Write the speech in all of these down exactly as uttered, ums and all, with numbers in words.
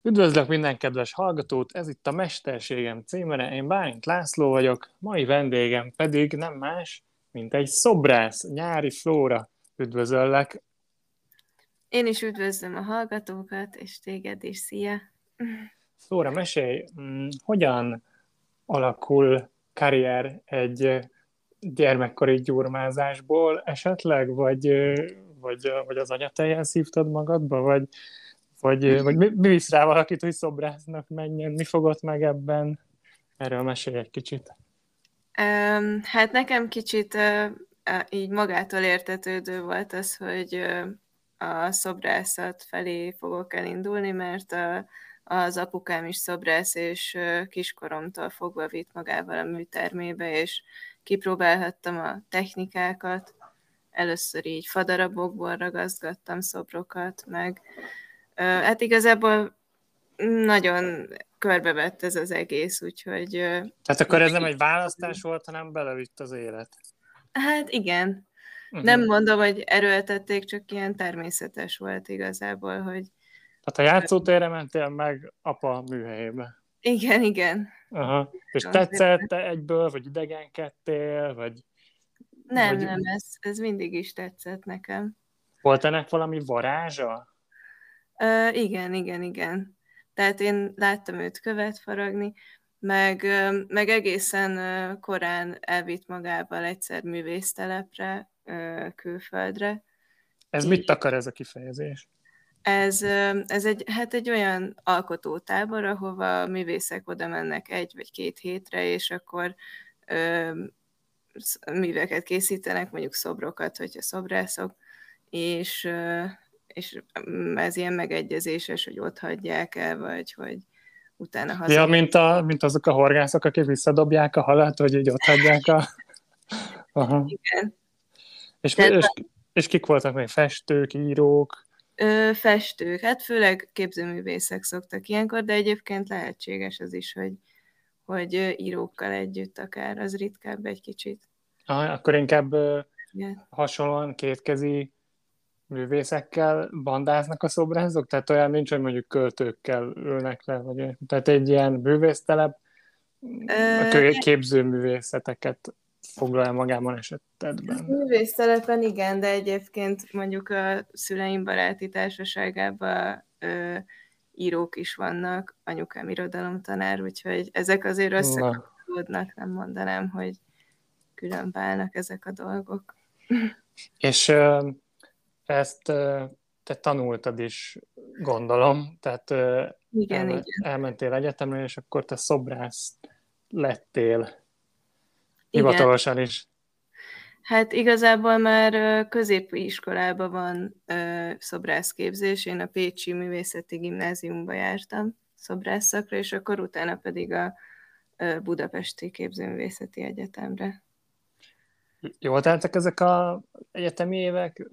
Üdvözlök minden kedves hallgatót, ez itt a Mesterségem címere, én Bálint László vagyok, mai vendégem pedig nem más, mint egy szobrász, Nyári Flóra. Üdvözöllek! Én is üdvözlöm a hallgatókat, és téged is, szia! Flóra, mesélj, mm, hogyan alakul karrier egy gyermekkori gyurmázásból esetleg, vagy, vagy, vagy az anyatejjel szívtad magadba, vagy, vagy, vagy mi, mi visz rá valakit, hogy szobrásznak menjen, mi fogott meg ebben? Erről mesélj egy kicsit. Um, hát nekem kicsit uh, így magától értetődő volt az, hogy uh, a szobrászat felé fogok elindulni, mert uh, az apukám is szobrász, és uh, kiskoromtól fogva vitt magával a műtermébe, és kipróbálhattam a technikákat. Először így fadarabokból ragaszgattam szobrokat, meg uh, hát igazából nagyon körbevett ez az egész, úgyhogy... Tehát akkor ez nem egy választás volt, hanem belevitt az élet. Hát igen. Uh-huh. Nem mondom, hogy erőltették, csak ilyen természetes volt igazából, hogy... Tehát a játszótérre mentél meg apa műhelyébe. Igen, igen. Aha. És tetszett egyből, vagy idegenkedtél, vagy... Nem, vagy... nem, ez, ez mindig is tetszett nekem. Volt ennek valami varázsa? Uh, igen, igen, igen. Tehát én láttam őt követ faragni, meg, meg egészen korán elvitt magával egyszer művésztelepre, külföldre. Ez Így, mit akar ez a kifejezés? Ez, ez egy, hát egy olyan alkotótábor, ahova a művészek oda mennek egy vagy két hétre, és akkor ö, műveket készítenek, mondjuk szobrokat, hogyha szobrászok, és, ö, és ez ilyen megegyezéses, hogy ott hagyják el, vagy hogy utána haza. Ja, mint, a, mint azok a horgászok, akik visszadobják a halat, hogy így ott hagyják a... Aha. Igen. És, és, és kik voltak még? Festők, írók? Ö, festők, hát főleg képzőművészek szoktak ilyenkor, de egyébként lehetséges az is, hogy, hogy írókkal együtt akár, az ritkább egy kicsit. Ah, akkor inkább Igen. hasonlóan kétkezi művészekkel bandáznak a szobrászok? Tehát olyan nincs, hogy mondjuk költőkkel ülnek le, vagy tehát egy ilyen művésztelep a képzőművészeteket foglalja magában esetedben. Művésztelepen igen, de egyébként mondjuk a szüleim baráti társaságában ö, írók is vannak, anyukám irodalomtanár, úgyhogy ezek azért összekapcsolódnak, nem mondanám, hogy különbálnak ezek a dolgok. És ezt te tanultad is, gondolom, tehát igen, elme- igen. elmentél egyetemre, és akkor te szobrász lettél hivatalosan is. Hát igazából már középiskolában van ö, szobrászképzés, én a Pécsi Művészeti Gimnáziumba jártam szobrászszakra, és akkor utána pedig a ö, Budapesti Képzőművészeti Egyetemre. Jól teltek ezek az egyetemi évek?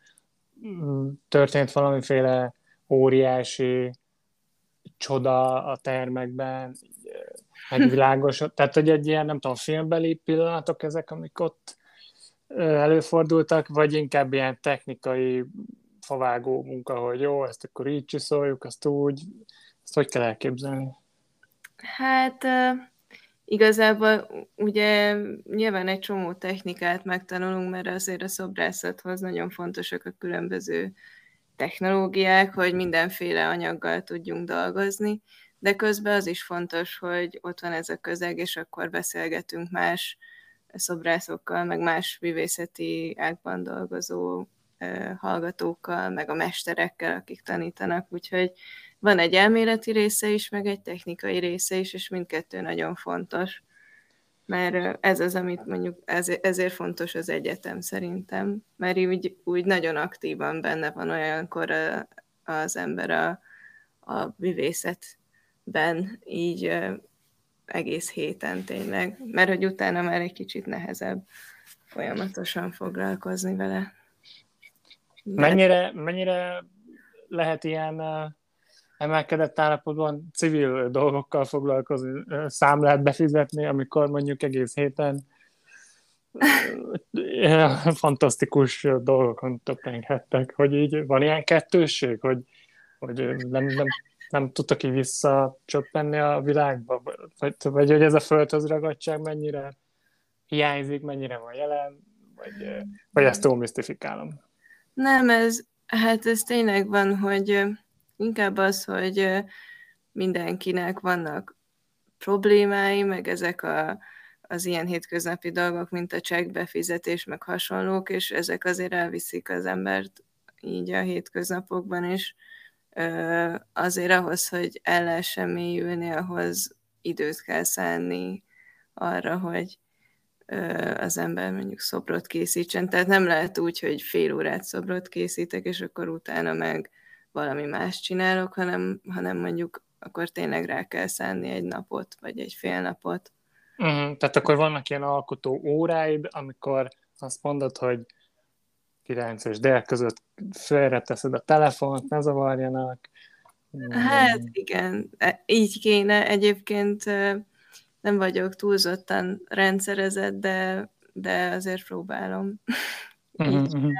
Történt valamiféle óriási csoda a termekben, megvilágosodott, tehát hogy egy ilyen, nem tudom, filmbeli pillanatok ezek, amik ott előfordultak, vagy inkább ilyen technikai favágó munka, hogy jó, ezt akkor így csiszoljuk, azt úgy, ezt hogy kell elképzelni? Hát igazából ugye nyilván egy csomó technikát megtanulunk, mert azért a szobrászathoz nagyon fontosak a különböző technológiák, hogy mindenféle anyaggal tudjunk dolgozni, de közben az is fontos, hogy ott van ez a közeg, és akkor beszélgetünk más szobrászokkal, meg más művészeti ágban dolgozó hallgatókkal, meg a mesterekkel, akik tanítanak, úgyhogy van egy elméleti része is, meg egy technikai része is, és mindkettő nagyon fontos, mert ez az, amit mondjuk ezért fontos az egyetem szerintem, mert úgy, úgy nagyon aktívan benne van olyankor az ember a, a művészetben, így egész héten tényleg, mert hogy utána már egy kicsit nehezebb folyamatosan foglalkozni vele. Mennyire, mennyire lehet ilyen emelkedett állapotban civil dolgokkal foglalkozni, számlát befizetni, amikor mondjuk egész héten fantasztikus dolgokon töprenghettek, hogy így van ilyen kettősség, hogy, hogy nem, nem nem tudtak így visszacsöppenni a világba? Vagy, vagy hogy ez a földhöz ragadtság mennyire hiányzik, mennyire van jelen? Vagy, vagy ezt túl misztifikálom? Nem, ez, hát ez tényleg van, hogy inkább az, hogy mindenkinek vannak problémái, meg ezek a, az ilyen hétköznapi dolgok, mint a csekkbefizetés, meg hasonlók, és ezek azért elviszik az embert így a hétköznapokban is. Azért ahhoz, hogy el lehessen mélyülni, ahhoz időt kell szánni arra, hogy az ember mondjuk szobrot készítsen. Tehát nem lehet úgy, hogy fél órát szobrot készítek, és akkor utána meg valami más csinálok, hanem, hanem mondjuk akkor tényleg rá kell szánni egy napot, vagy egy fél napot. Uh-huh. Tehát akkor vannak ilyen alkotó óráid, amikor azt mondod, hogy kilenc és dél között félreteszed a telefont, ne zavarjanak. Hát igen, így kéne. Egyébként nem vagyok túlzottan rendszerezett, de, de azért próbálom. Uh-huh, Így uh-huh.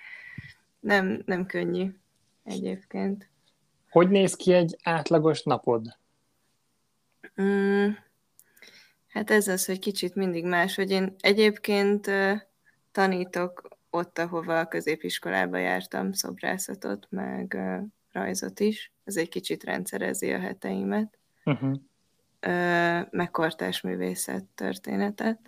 nem, nem könnyű egyébként. Hogy néz ki egy átlagos napod? Mm, hát ez az, hogy kicsit mindig más, hogy én egyébként uh, tanítok ott, ahova a középiskolába jártam, szobrászatot, meg uh, rajzot is. Ez egy kicsit rendszerezi a heteimet. Uh-huh. Uh, meg kortárs művészet történetet.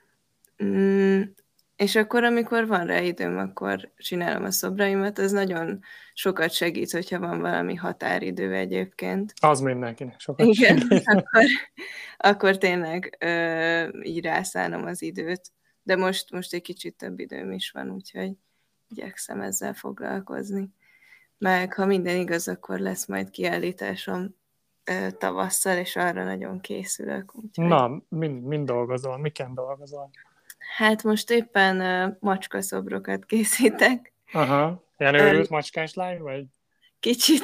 Mm, és akkor, amikor van rá időm, akkor csinálom a szobraimat. Ez nagyon sokat segít, hogyha van valami határidő egyébként. Az mindenkinek sokat Igen, segít. akkor, akkor tényleg ö, így rászánom az időt. De most, most egy kicsit több időm is van, úgyhogy igyekszem ezzel foglalkozni. Meg ha minden igaz, akkor lesz majd kiállításom ö, tavasszal, és arra nagyon készülök. Úgyhogy... Na, mind, mind dolgozol? Miken dolgozol? Hát most éppen uh, macskaszobrokat készítek. Aha. Ilyen őrült macskás lány vagy? Kicsit.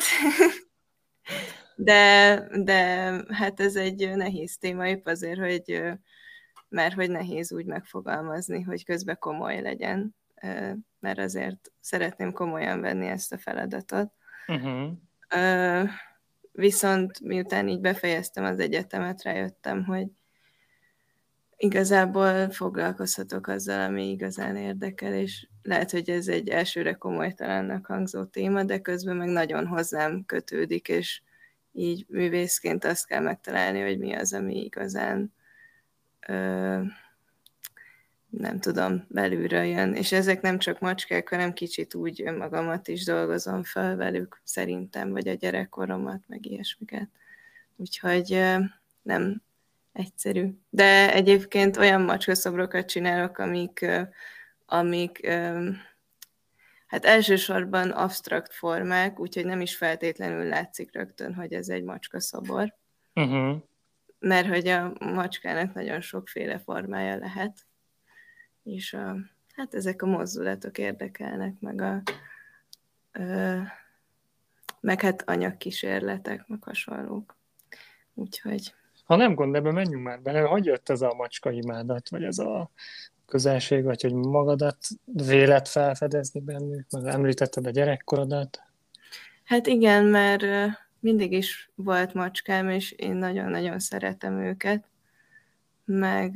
de, de hát ez egy nehéz téma, épp azért, hogy mert hogy nehéz úgy megfogalmazni, hogy közben komoly legyen, mert azért szeretném komolyan venni ezt a feladatot. Uh-huh. Viszont miután így befejeztem az egyetemet, rájöttem, hogy igazából foglalkozhatok azzal, ami igazán érdekel, és lehet, hogy ez egy elsőre komolytalannak hangzó téma, de közben meg nagyon hozzám kötődik, és így művészként azt kell megtalálni, hogy mi az, ami igazán ö, nem tudom, belülről jön. És ezek nem csak macskák, hanem kicsit úgy önmagamat is dolgozom fel velük, szerintem, vagy a gyerekkoromat, meg ilyesmiket. Úgyhogy ö, nem egyszerű. De egyébként olyan macskaszobrokat csinálok, amik, amik hát elsősorban absztrakt formák, úgyhogy nem is feltétlenül látszik rögtön, hogy ez egy macskaszobor. Uh-huh. Mert hogy a macskának nagyon sokféle formája lehet. És a, hát ezek a mozdulatok érdekelnek, meg a ö, meg hát anyagkísérletek, meg hasonlók. Úgyhogy ha nem gond, ebben menjünk már bele. Hogy jött ez a macska imádat, vagy ez a közelség, vagy hogy magadat vélet felfedezni bennük, meg említetted a gyerekkorodat? Hát igen, mert mindig is volt macskám, és én nagyon-nagyon szeretem őket. Meg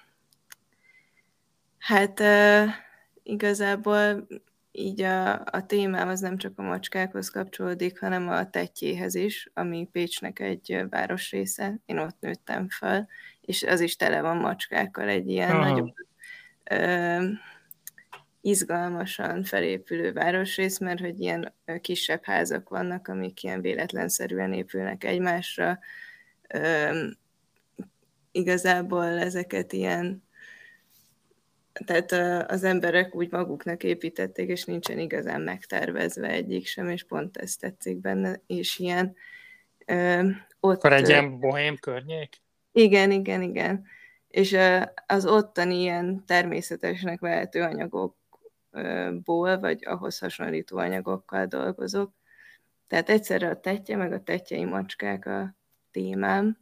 hát igazából így a, a témám az nem csak a macskákhoz kapcsolódik, hanem a Tettyéhez is, ami Pécsnek egy városrésze. Én ott nőttem fel, és az is tele van macskákkal, egy ilyen Aha. nagyon ö, izgalmasan felépülő városrész, mert hogy ilyen kisebb házak vannak, amik ilyen véletlenszerűen épülnek egymásra. Ö, igazából ezeket ilyen tehát az emberek úgy maguknak építették, és nincsen igazán megtervezve egyik sem, és pont ezt tetszik benne, és ilyen ö, ott... Akkor egy ilyen bohém környék? Igen, igen, igen. És az ottani ilyen természetesnek vehető anyagokból, vagy ahhoz hasonlító anyagokkal dolgozok. Tehát egyszerre a tettye, meg a tettyei macskák a témám,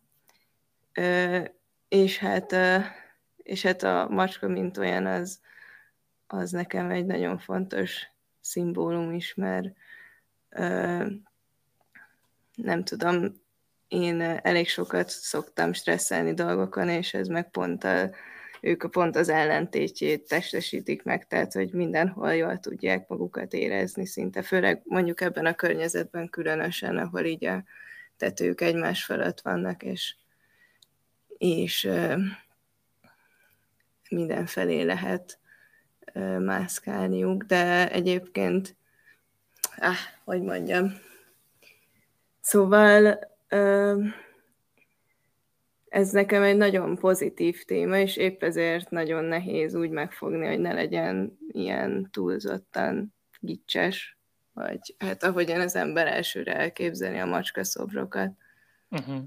és hát és hát a macska, mint olyan, az, az nekem egy nagyon fontos szimbólum is, mert ö, nem tudom, én elég sokat szoktam stresszelni dolgokon, és ez meg pont a, ők a pont az ellentétjét testesítik meg, tehát hogy mindenhol jól tudják magukat érezni szinte, főleg mondjuk ebben a környezetben különösen, ahol így a tetők egymás fölött vannak, és, és mindenfelé lehet mászkálniuk, de egyébként, ah, hogy mondjam, szóval ez nekem egy nagyon pozitív téma, és épp ezért nagyon nehéz úgy megfogni, hogy ne legyen ilyen túlzottan gicses, vagy hát ahogyan az ember elsőre elképzeli a macskaszobrokat. Uh-huh.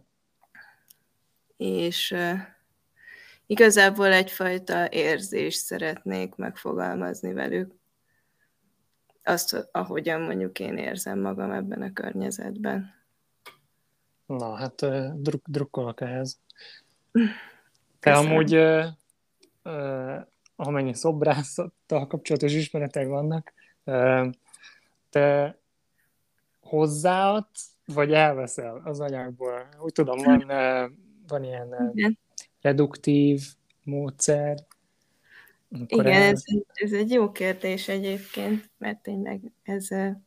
És uh, igazából egyfajta érzést szeretnék megfogalmazni velük. Azt, ahogyan mondjuk én érzem magam ebben a környezetben. Na, hát druk, drukkolok ehhez. Te amúgy, uh, uh, amennyi szobrászattal kapcsolatos ismeretek vannak, uh, te hozzáadsz, vagy elveszel az anyagból? Úgy tudom, van, uh, van ilyen uh, reduktív módszer. Igen, el... ez, ez egy jó kérdés egyébként, mert tényleg ez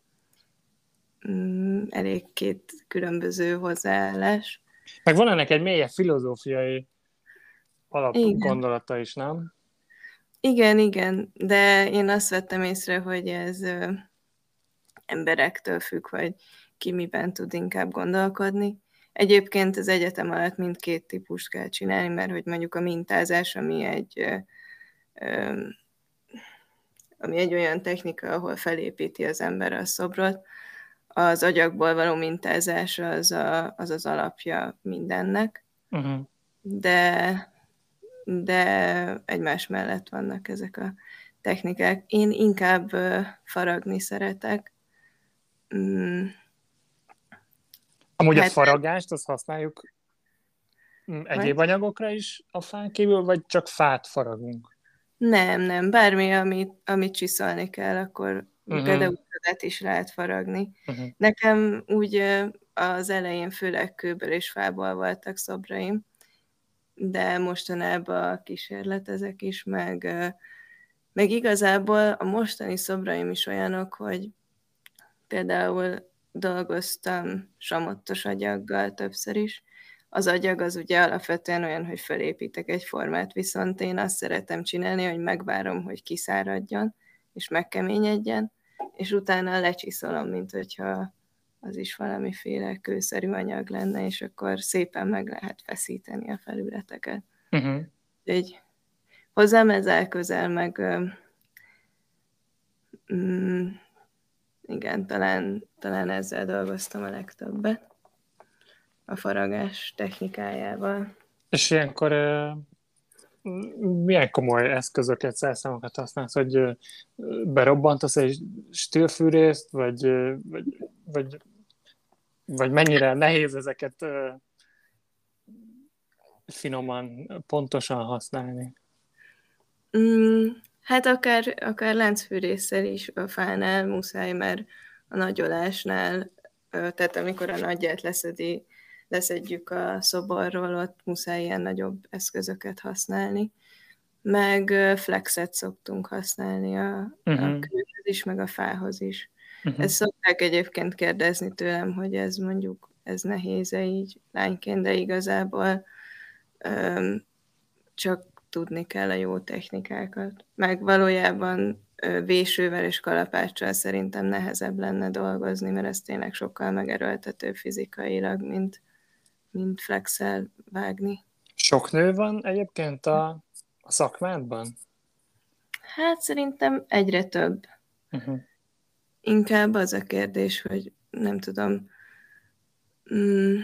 mm, elég két különböző hozzáállás. Meg van ennek egy mélyebb filozófiai alapgondolata is, nem? Igen, igen, de én azt vettem észre, hogy ez ö, emberektől függ, hogy ki miben tud inkább gondolkodni. Egyébként az egyetem alatt mindkét típust kell csinálni, mert hogy mondjuk a mintázás, ami egy, ö, ö, ami egy olyan technika, ahol felépíti az ember a szobrot, az agyagból való mintázás az a, az, az alapja mindennek, uh-huh. de, de egymás mellett vannak ezek a technikák. Én inkább faragni szeretek. Mm. Amúgy hát, a faragást, azt használjuk egyéb vagy? anyagokra is a fán kívül, vagy csak fát faragunk? Nem, nem. Bármi, amit, amit csiszolni kell, akkor uh-huh. például követ is lehet faragni. Uh-huh. Nekem úgy az elején főleg kőből és fából voltak szobraim, de mostanában kísérletezek is, meg, meg igazából a mostani szobraim is olyanok, hogy például dolgoztam samottos agyaggal többször is. Az agyag az ugye alapvetően olyan, hogy felépítek egy formát, viszont én azt szeretem csinálni, hogy megvárom, hogy kiszáradjon, és megkeményedjen, és utána lecsiszolom, mint hogyha az is valamiféle kőszerű anyag lenne, és akkor szépen meg lehet feszíteni a felületeket. Uh-huh. Úgyhogy hozzám ez elközel, meg mm, igen, talán, talán ezzel dolgoztam a legtöbbet, a faragás technikájával. És ilyenkor milyen komoly eszközöket, szerszámokat használsz, hogy berobbantasz egy stílfűrészt, vagy, vagy, vagy, vagy mennyire nehéz ezeket finoman, pontosan használni? Mm, hát akár, akár láncfűrésszel is a fánál muszáj, mert a nagyolásnál, tehát amikor a nagyját leszedi, leszedjük a szoborról, ott muszáj ilyen nagyobb eszközöket használni. Meg flexet szoktunk használni a, uh-huh. a kőhöz is, meg a fához is. Uh-huh. Ezt szokták egyébként kérdezni tőlem, hogy ez mondjuk, ez nehéz-e így lányként, de igazából öm, csak tudni kell a jó technikákat. Meg valójában vésővel és kalapáccsal szerintem nehezebb lenne dolgozni, mert ez tényleg sokkal megerőltető fizikailag, mint, mint flexel vágni. Sok nő van egyébként a, a szakmádban? Hát szerintem egyre több. Uh-huh. Inkább az a kérdés, hogy nem tudom, mm,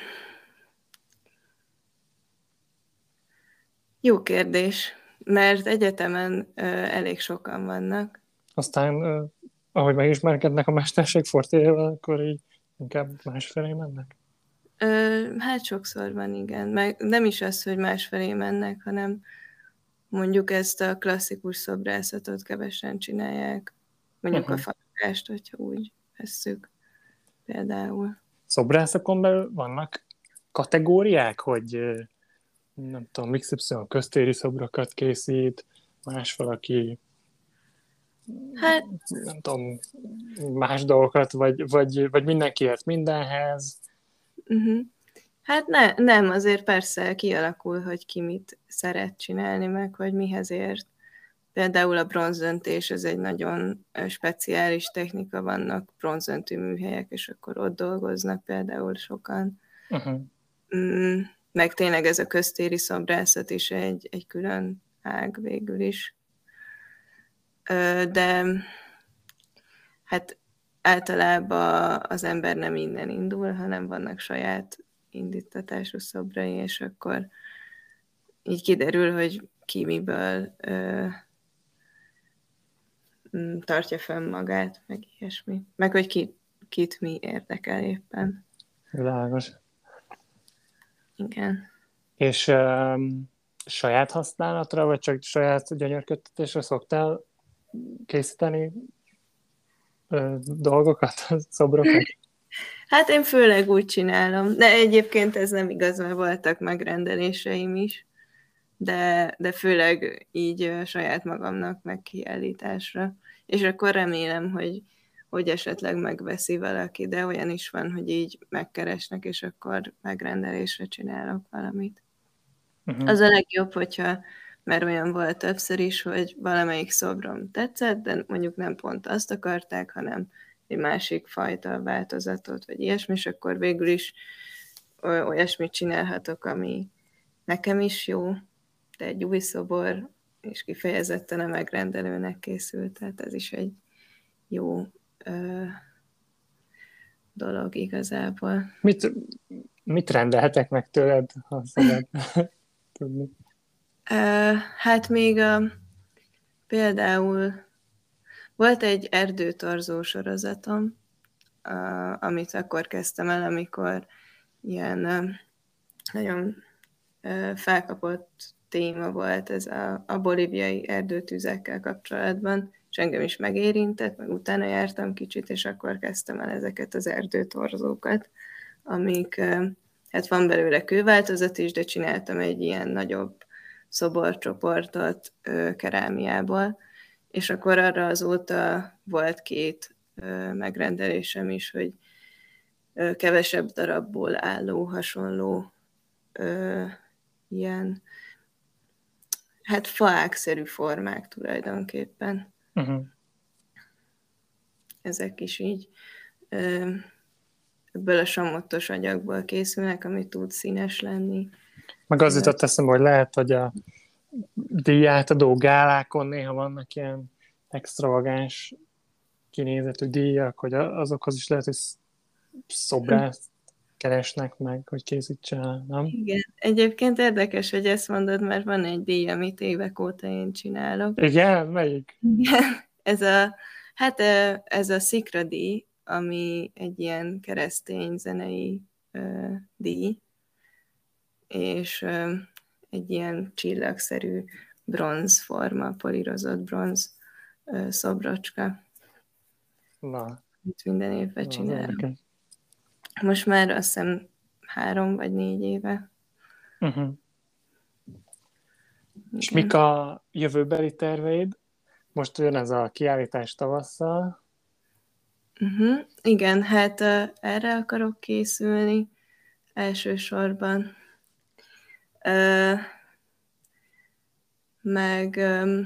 jó kérdés, mert egyetemen ö, elég sokan vannak. Aztán, ö, ahogy megismerkednek a mesterség fortéjével, akkor így inkább másfelé mennek? Ö, hát sokszor van, igen. Meg nem is az, hogy másfelé mennek, hanem mondjuk ezt a klasszikus szobrászatot kevesen csinálják. Mondjuk uh-huh. a faragást, hogyha úgy vesszük például. szobrászokon belül vannak kategóriák, hogy nem tudom, iksz ipszilon köztéri szobrokat készít, más valaki Hát, nem tudom, más dolgokat, vagy, vagy, vagy mindenki ért mindenhez. uh-huh. Hát ne, nem, azért persze kialakul, hogy ki mit szeret csinálni, meg hogy mihez ért. Például a bronzdöntés, ez egy nagyon speciális technika, vannak bronzdöntő műhelyek, és akkor ott dolgoznak például sokan. Uh-huh. Mm, meg tényleg ez a köztéri szobrászat is egy, egy külön ág végül is. De hát általában az ember nem innen indul, hanem vannak saját indítatású szobrai, és akkor így kiderül, hogy ki miből ö, tartja fönn magát, meg ilyesmi. Meg hogy ki, kit mi érdekel éppen. Világos. Igen. És um, saját használatra, vagy csak saját gyönyörködtetésre szoktál készíteni ö, dolgokat, szobrokat? Hát én főleg úgy csinálom, de egyébként ez nem igaz, mert voltak megrendeléseim is, de, de főleg így saját magamnak meg kiállításra. És akkor remélem, hogy, hogy esetleg megveszi valaki, de olyan is van, hogy így megkeresnek, és akkor megrendelésre csinálok valamit. Uh-huh. Az a legjobb, hogyha, mert olyan volt többször is, hogy valamelyik szobrom tetszett, de mondjuk nem pont azt akarták, hanem egy másik fajta változatot, vagy ilyesmi, és akkor végül is olyasmit csinálhatok, ami nekem is jó, de egy új szobor, és kifejezetten a megrendelőnek készült, tehát ez is egy jó ö, dolog igazából. Mit, mit rendelhetek meg tőled, ha szabad tudni? Uh, hát még a, például volt egy erdőtorzó sorozatom, uh, amit akkor kezdtem el, amikor ilyen uh, nagyon uh, felkapott téma volt ez a, a bolíviai erdőtüzekkel kapcsolatban, és engem is megérintett, meg utána jártam kicsit, és akkor kezdtem el ezeket az erdőtorzókat, amik, uh, hát van belőle kőváltozat is, de csináltam egy ilyen nagyobb szoborcsoportot ö, kerámiából, és akkor arra azóta volt két ö, megrendelésem is, hogy ö, kevesebb darabból álló, hasonló ö, ilyen, hát faágszerű formák tulajdonképpen. Uh-huh. Ezek is így ö, ebből a samottos anyagból készülnek, ami tud színes lenni. Meg az jutott eszembe, hogy lehet, hogy a díjátadó gálákon néha vannak ilyen extravagáns kinézetű díjak, hogy azokhoz is lehet, hogy szobrász keresnek meg, hogy készítse el, nem? Igen, egyébként érdekes, hogy ezt mondod, mert van egy díj, amit évek óta én csinálok. Igen? Melyik? Igen, ez a, hát ez a Szikra díj, ami egy ilyen keresztény zenei uh, díj, és uh, egy ilyen csillagszerű bronzforma, polírozott bronz uh, szobrocska. Na. Itt minden évben csinálom. Most már azt hiszem három vagy négy éve. Uh-huh. És mik a jövőbeli terveid? Most jön ez a kiállítás tavasszal. Uh-huh. Igen, hát uh, erre akarok készülni elsősorban. Uh, meg um,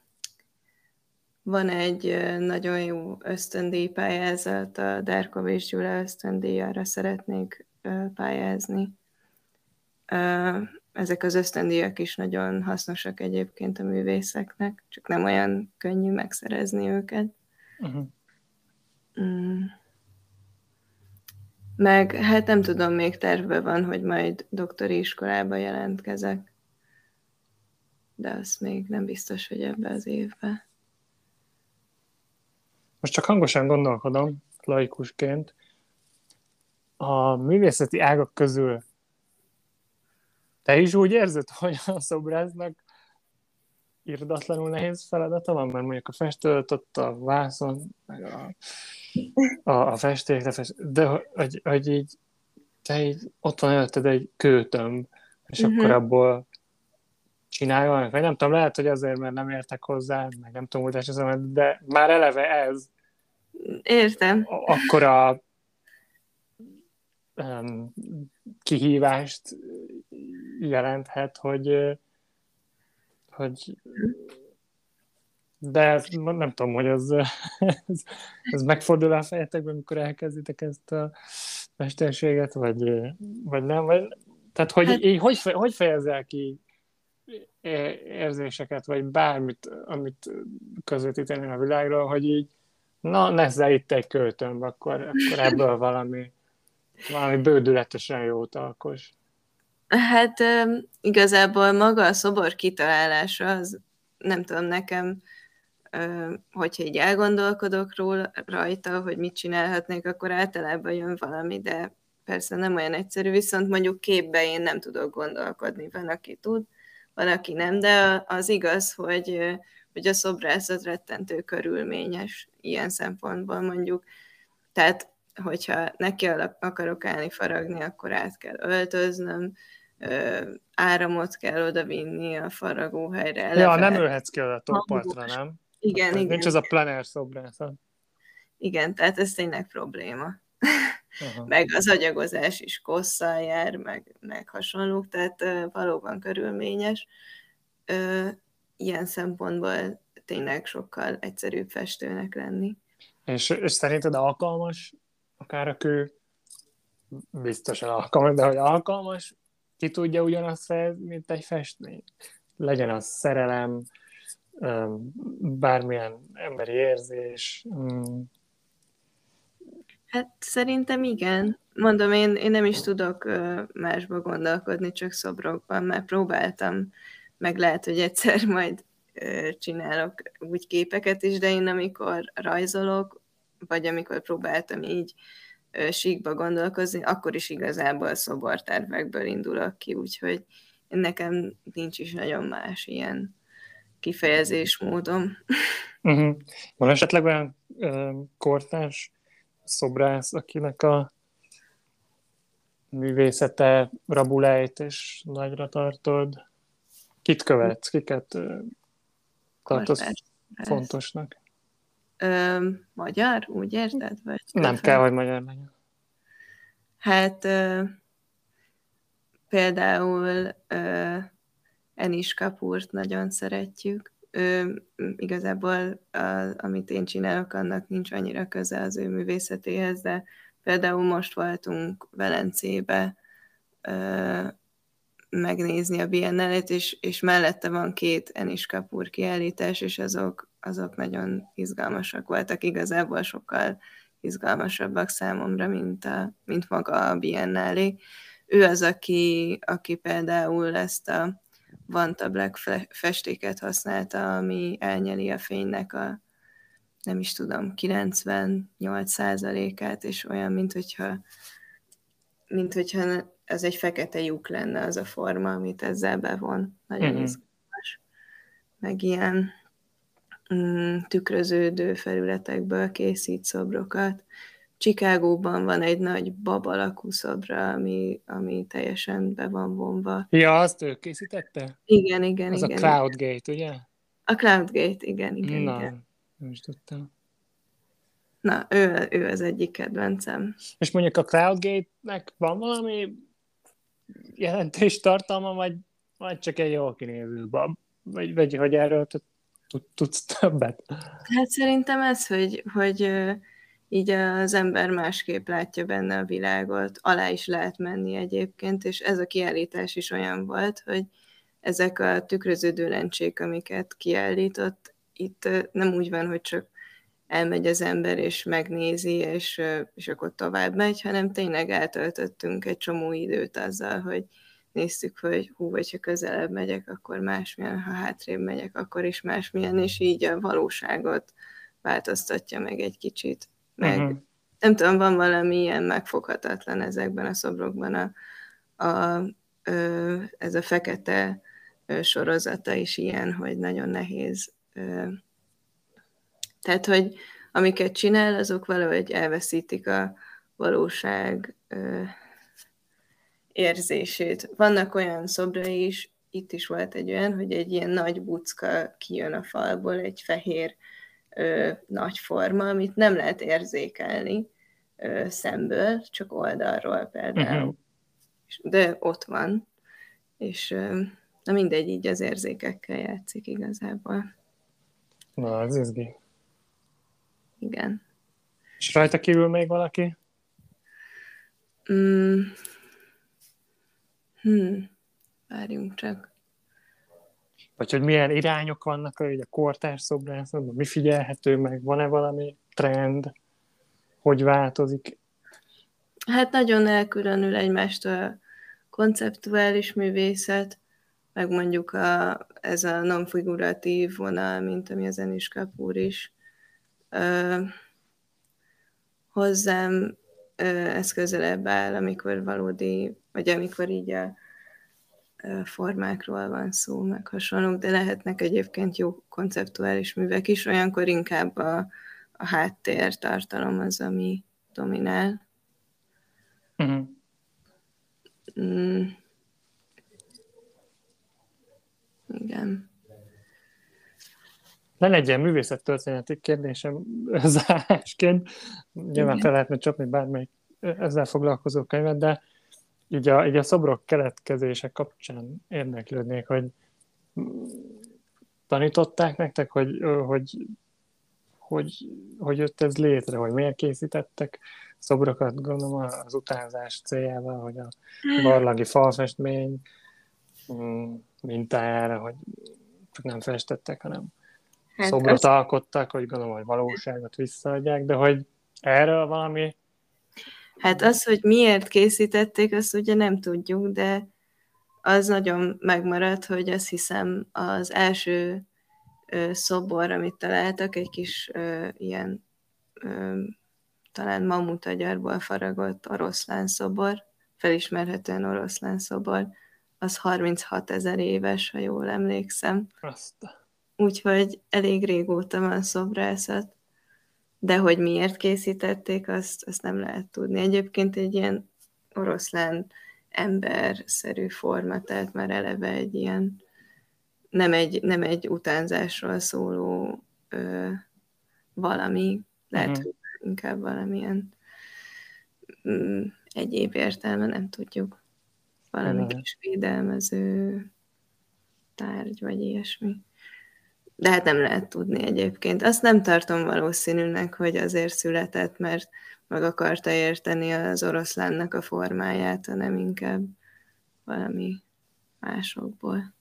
van egy uh, nagyon jó ösztöndíj pályázat, a Derkovés Gyula ösztöndíj, arra szeretnék uh, pályázni. Uh, ezek az ösztöndíjak is nagyon hasznosak egyébként a művészeknek, csak nem olyan könnyű megszerezni őket. Uh-huh. Mm. Meg hát nem tudom, még tervben van, hogy majd doktori iskolába jelentkezek, de azt még nem biztos, hogy ebbe az évben. Most csak hangosan gondolkodom, laikusként, a művészeti ágak közül te is úgy érzed, hogy a szobrásznak irdatlanul nehéz feladata van, mert mondjuk a festőt ott a vászon, meg a, a, a festék, a fest... de hogy, hogy így, te így ott van előtted egy kőtömb, és uh-huh. akkor abból csináljon, vagy nem tudom, lehet, hogy azért, mert nem értek hozzá, meg nem tudom, hogy esetben, de már eleve ez Értem. akkora um, kihívást jelenthet, hogy hogy de ez, nem tudom, hogy ez, ez, ez megfordul a fejetekben, amikor elkezditek ezt a mesterséget, vagy, vagy nem, vagy, tehát hogy, hát, így, hogy, hogy fejezel ki érzéseket, vagy bármit, amit közvetíteni a világról, hogy így, na, nezzel itt egy költömb, akkor, akkor ebből valami, valami bődületesen jót alkos. Hát igazából maga a szobor kitalálása, az nem tudom, nekem, hogyha így elgondolkodok róla, rajta, hogy mit csinálhatnék, akkor általában jön valami, de persze nem olyan egyszerű, viszont mondjuk képbe én nem tudok gondolkodni, van, aki tud, van, aki nem, de az igaz, hogy, hogy a szobrászat rettentő körülményes ilyen szempontból mondjuk. Tehát, hogyha neki akarok állni, faragni, akkor át kell öltöznöm, áramot kell odavinni a faragóhelyre. Eleve. Ja, nem ölhetsz ki oda toppartra, nem? Igen, hát, igen. Nincs az a plener szobrászat. Igen, tehát ez tényleg probléma. Uh-huh. Meg az agyagozás is kosszal jár, meg, meg hasonlók, tehát uh, valóban körülményes. Uh, ilyen szempontból tényleg sokkal egyszerűbb festőnek lenni. És, és szerinted alkalmas, akár a kő, biztosan alkalmas, de hogy alkalmas, ki tudja ugyanazt fejezni, mint egy festmény? Legyen az szerelem, bármilyen emberi érzés. Hát szerintem igen. Mondom, én, én nem is tudok másba gondolkodni, csak szobrokban, mert próbáltam, meg lehet, hogy egyszer majd csinálok úgy képeket is, de én amikor rajzolok, vagy amikor próbáltam így síkba gondolkozni, akkor is igazából szobortervekből indulok ki, úgyhogy nekem nincs is nagyon más ilyen kifejezésmódom. Uh-huh. Van esetleg olyan uh, kortárs szobrász, akinek a művészete rabulejt és nagyra tartod? Kit követsz? Kiket uh, tartasz fontosnak? Ö, magyar, úgy érted? Vagy nem fel? kell, hogy magyar legyen. Hát ö, például ö, Anish Kapoort nagyon szeretjük. Ő, igazából a, amit én csinálok, annak nincs annyira köze az ő művészetéhez, de például most voltunk Velencébe ö, megnézni a Biennálét, és, és mellette van két Anish Kapoor kiállítás, és azok, azok nagyon izgalmasak voltak, igazából sokkal izgalmasabbak számomra, mint, a, mint maga a Biennálé. Ő az, aki, aki például ezt a Vanta Black festéket használta, ami elnyeli a fénynek a, nem is tudom, kilencvennyolc százalékát, és olyan, mint hogyha, mint hogyha ez egy fekete lyuk lenne az a forma, amit ezzel bevon. Nagyon uh-huh. izgalmas. Meg ilyen mm, tükröződő felületekből készít szobrokat. Chicagóban van egy nagy bab alakú szobra, ami, ami teljesen be van vonva. Ja, azt ő készítette? Igen, igen, az igen. Az a Cloudgate, ugye? A Cloudgate, igen, igen, Na, igen. nem is tudtam. Na, ő, ő az egyik kedvencem. És mondjuk a Cloudgate-nek van valami jelentés tartalma, vagy, vagy csak egy jól kinéző bab? Vagy, vagy hogy erről tudsz többet? Hát szerintem ez, hogy, hogy így az ember másképp látja benne a világot, alá is lehet menni egyébként, és ez a kiállítás is olyan volt, hogy ezek a tükröződő lencsék, amiket kiállított, itt nem úgy van, hogy csak elmegy az ember, és megnézi, és, és akkor tovább megy, hanem tényleg eltöltöttünk egy csomó időt azzal, hogy néztük, hogy hú, vagy ha közelebb megyek, akkor másmilyen, ha hátrébb megyek, akkor is másmilyen, és így a valóságot változtatja meg egy kicsit. Meg uh-huh. nem tudom, van valami ilyen megfoghatatlan ezekben a szobrokban, a, a, ö, ez a fekete sorozata is ilyen, hogy nagyon nehéz. Tehát, hogy amiket csinál, azok valahogy elveszítik a valóság érzését. Vannak olyan szobrai is, itt is volt egy olyan, hogy egy ilyen nagy bucka kijön a falból, egy fehér ö, nagy forma, amit nem lehet érzékelni ö, szemből, csak oldalról például. Uh-huh. De ott van, és ö, na mindegy, így az érzékekkel játszik igazából. Na, az izgi. Igen. És rajta kívül még valaki? Mm. Hmm. Várjunk csak. Vagy hogy milyen irányok vannak a kortárs szobrászatban, mi figyelhető meg, van-e valami trend, hogy változik? Hát nagyon elkülönül egymástól a konceptuális művészet, meg mondjuk a, ez a non-figuratív vonal, mint ami a Zenis Kapur is. Ö, hozzám ö, ez közelebb áll, amikor valódi, vagy amikor így a formákról van szó, meg hasonlók, de lehetnek egyébként jó konceptuális művek is, olyankor inkább a, a háttér tartalom az, ami dominál. Uh-huh. Mm. Igen. Lenne egy ilyen művészettörténeti kérdésem zárásként. Nyilván fel lehetne csapni bármelyik ezzel foglalkozó könyvet, de így a, így a szobrok keletkezése kapcsán érdeklődnék, hogy tanították nektek, hogy, hogy, hogy, hogy jött ez létre, hogy miért készítettek szobrokat, gondolom az utánzás céljával, hogy a barlangi falfestmény mintájára, hogy csak nem festettek, hanem hát szobrot az... alkottak, hogy gondolom, hogy valóságot visszaadják, de hogy erről valami... Hát az, hogy miért készítették, azt ugye nem tudjuk, de az nagyon megmaradt, hogy azt hiszem az első ö, szobor, amit találtak, egy kis ö, ilyen ö, talán mamutagyarból faragott oroszlán szobor, felismerhetően oroszlán szobor, az harminchat ezer éves, ha jól emlékszem. Azt. Úgyhogy elég régóta van szobrászat, de hogy miért készítették, azt, azt nem lehet tudni. Egyébként egy ilyen oroszlán emberszerű forma, tehát már eleve egy ilyen, nem egy, nem egy utánzásról szóló ö, valami, lehet, uh-huh. hogy inkább valamilyen mm, egyéb értelme, nem tudjuk. Valami uh-huh. kis védelmező tárgy, vagy ilyesmi. De hát nem lehet tudni egyébként. Azt nem tartom valószínűnek, hogy azért született, mert meg akarta érteni az oroszlánnak a formáját, hanem inkább valami másokból.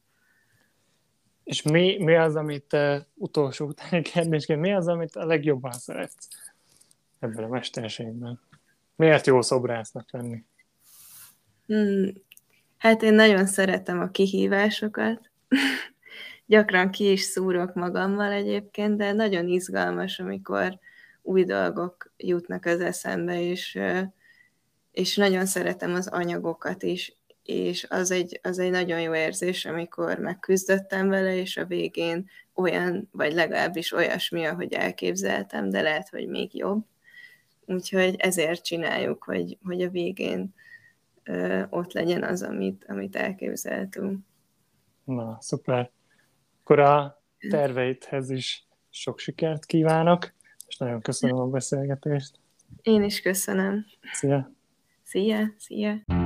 És mi, mi az, amit uh, utolsó utáni kérdésként, mi az, amit a legjobban szeretsz ebben a mesterségben? Miért jó szobrásznak lenni? Hmm. Hát én nagyon szeretem a kihívásokat. Gyakran ki is szúrok magammal egyébként, de nagyon izgalmas, amikor új dolgok jutnak az eszembe, és, és nagyon szeretem az anyagokat is, és az egy, az egy nagyon jó érzés, amikor megküzdöttem vele, és a végén olyan, vagy legalábbis olyasmi, ahogy elképzeltem, de lehet, hogy még jobb. Úgyhogy ezért csináljuk, hogy, hogy a végén ö, ott legyen az, amit, amit elképzeltünk. Na, szuper. Akkor a terveidhez is sok sikert kívánok, és nagyon köszönöm a beszélgetést. Én is köszönöm. Szia! Szia! Szia!